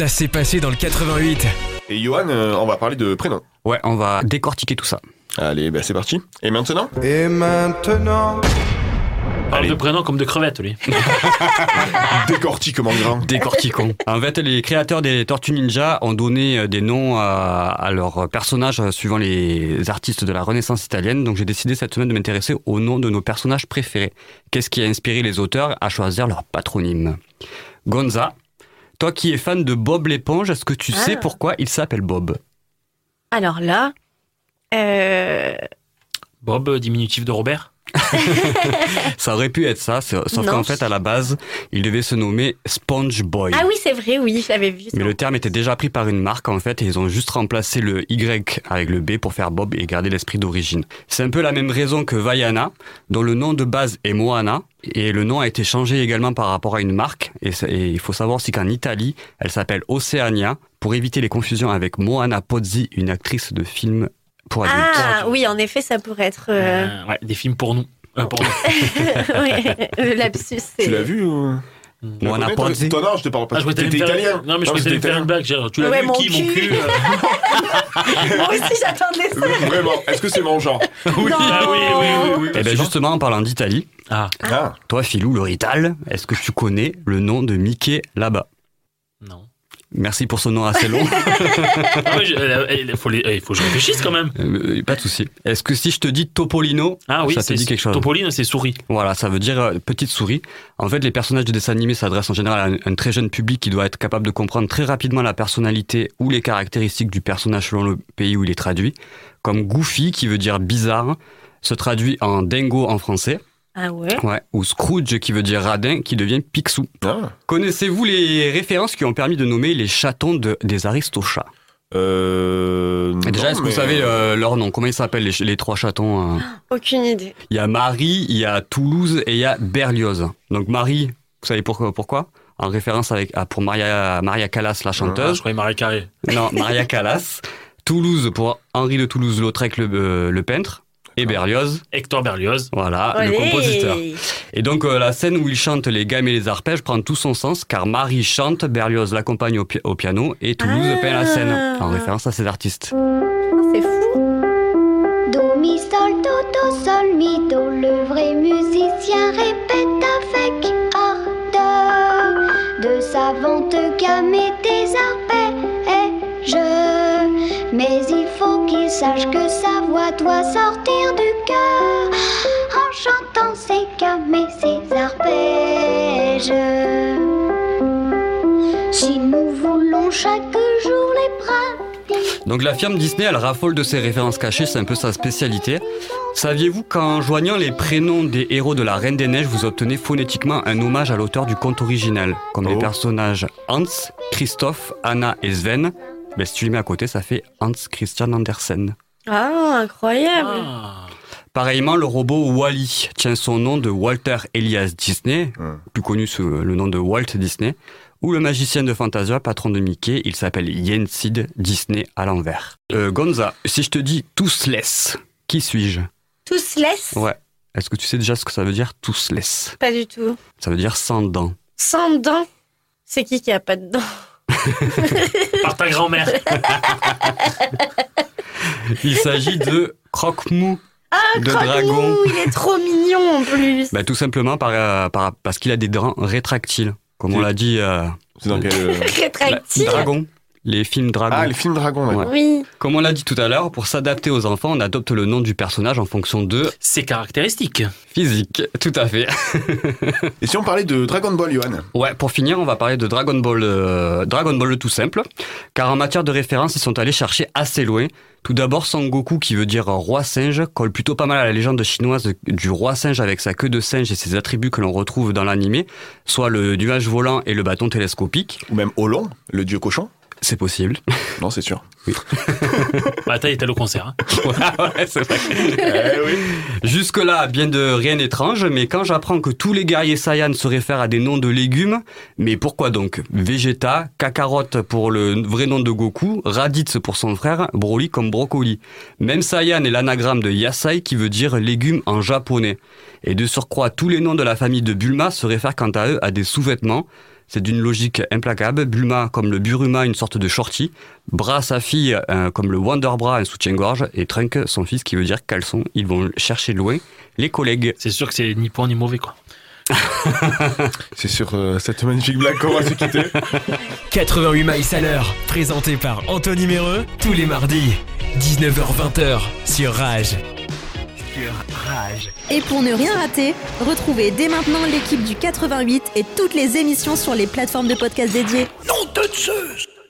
Ça s'est passé dans le 88. Et Johan, on va parler de prénoms. Ouais, on va décortiquer tout ça. Allez, c'est parti. Et maintenant Parle de prénoms comme de crevettes, lui. Décortique, mon grand. Décortiquons. En fait, les créateurs des Tortues Ninja ont donné des noms à leurs personnages suivant les artistes de la Renaissance italienne. Donc j'ai décidé cette semaine de m'intéresser aux noms de nos personnages préférés. Qu'est-ce qui a inspiré les auteurs à choisir leur patronyme? Gonza, toi qui es fan de Bob l'éponge, est-ce que tu sais pourquoi il s'appelle Bob? Alors là... Bob, diminutif de Robert. Ça aurait pu être ça, sauf qu'en fait, à la base, il devait se nommer Sponge Boy. Ah oui, c'est vrai, oui, j'avais vu ça. Mais le terme était déjà pris par une marque, en fait, et ils ont juste remplacé le Y avec le B pour faire Bob et garder l'esprit d'origine. C'est un peu la même raison que Vaiana, dont le nom de base est Moana, et le nom a été changé également par rapport à une marque, et il faut savoir aussi qu'en Italie, elle s'appelle Oceania, pour éviter les confusions avec Moana Pozzi, une actrice de film pour adultes. Ah oui, en effet, ça pourrait être... Ouais, des films pour nous. Pour nous. Oui, le lapsus, c'est... Tu l'as vu ou... Moana Pozzi. Toi, non, je te parle pas. Ah, je T'étais italien. Non, mais je voulais te faire une blague. Tu l'as vu, mon qui, cul. mon cul Moi aussi, j'attendais ça. Vraiment, est-ce que c'est mon genre? Oui, Non. oui. Et bien justement, en parlant d'Italie, Ah. toi, Philou, le Rital, est-ce que tu connais le nom de Mickey là-bas? Non. Merci pour ce nom assez long. Ah ouais, il faut que je réfléchisse quand même. Pas de souci. Est-ce que si je te dis Topolino, Ah oui, ça te dit quelque chose? Topolino, c'est souris. Voilà, ça veut dire petite souris. En fait, les personnages de dessins animés s'adressent en général à un très jeune public qui doit être capable de comprendre très rapidement la personnalité ou les caractéristiques du personnage selon le pays où il est traduit. Comme Goofy, qui veut dire bizarre, se traduit en dingo en français. Ah ouais? Ouais. Ou Scrooge, qui veut dire radin, qui devient Picsou. Ah. Connaissez-vous les références qui ont permis de nommer les chatons des Aristochats? Déjà, est-ce que vous savez leur nom? Comment ils s'appellent les trois chatons? Aucune idée. Il y a Marie, il y a Toulouse et il y a Berlioz. Donc Marie, vous savez pourquoi? En référence pour Maria Callas, la chanteuse. Je croyais Marie Carré. Non, Maria Callas. Toulouse pour Henri de Toulouse-Lautrec, le peintre. Et Berlioz. Hector Berlioz. Voilà, Olé. le compositeur. Et donc la scène où il chante les gammes et les arpèges prend tout son sens car Marie chante, Berlioz l'accompagne au piano et Toulouse peint la scène, en référence à ces artistes. C'est fou. Do, mi, sol, do, do, sol, mi, do. Le vrai musicien répète avec ardeur de savantes gammes et des arpèges. Mais il faut qu'il sache que sa voix doit sortir du cœur en chantant ses gammes et ses arpèges. Si nous voulons chaque jour les pratiquer. Donc la firme Disney, elle raffole de ses références cachées, c'est un peu sa spécialité. Saviez-vous qu'en joignant les prénoms des héros de la Reine des Neiges, vous obtenez phonétiquement un hommage à l'auteur du conte original, comme les personnages Hans, Christophe, Anna et Sven. Ben, si tu les mets à côté, ça fait Hans Christian Andersen. Ah, incroyable. Pareillement, le robot Wall-E tient son nom de Walter Elias Disney, plus connu sous le nom de Walt Disney, ou le magicien de Fantasia, patron de Mickey, il s'appelle Yensid Disney à l'envers. Gonza, si je te dis toothless, qui suis-je? Toothless? Ouais. Est-ce que tu sais déjà ce que ça veut dire toothless? Pas du tout. Ça veut dire sans dents. Sans dents? C'est qui a pas de dents? Par ta grand-mère. Il s'agit de Croque-Mou. De Croque-Mou, dragon. il est trop mignon en plus. Bah, tout simplement parce qu'il a des dents rétractiles. Comme on l'a dit. C'est dans quel... Rétractile. Dragon. Les films dragons. Ah, les films dragons, d'accord. Ouais. Oui. Comme on l'a dit tout à l'heure, pour s'adapter aux enfants, on adopte le nom du personnage en fonction de C'est caractéristique. physique. Tout à fait. Et si on parlait de Dragon Ball, Johan? Ouais, pour finir, on va parler de Dragon Ball le tout simple. Car en matière de référence, ils sont allés chercher assez loin. Tout d'abord, Son Goku, qui veut dire roi singe, colle plutôt pas mal à la légende chinoise du roi singe avec sa queue de singe et ses attributs que l'on retrouve dans l'animé, soit le nuage volant et le bâton télescopique. Ou même Olong, le dieu cochon? C'est possible. Non, c'est sûr. Bah, t'as été au concert. Hein. Ouais, c'est vrai. Oui. Jusque-là, bien de rien d'étrange, mais quand j'apprends que tous les guerriers Saiyans se réfèrent à des noms de légumes, mais pourquoi donc? Vegeta, Kakarot pour le vrai nom de Goku, Raditz pour son frère, Broly comme brocoli. Même Saiyan est l'anagramme de Yasai qui veut dire légumes en japonais. Et de surcroît, tous les noms de la famille de Bulma se réfèrent quant à eux à des sous-vêtements. c'est d'une logique implacable. Bulma comme le Buruma, une sorte de shorty. Bra, sa fille, comme le Wonder Bra, un soutien-gorge. Et Trunk, son fils, qui veut dire caleçon. Ils vont chercher loin les collègues. C'est sûr que c'est ni bon ni mauvais, quoi. C'est sur cette magnifique blague qu'on va se quitter. 88 miles à l'heure, présenté par Anthony Méreux, tous les mardis, 19h-20h, sur Rage. Et pour ne rien rater, retrouvez dès maintenant l'équipe du 88 et toutes les émissions sur les plateformes de podcast dédiées. Non de Zeus!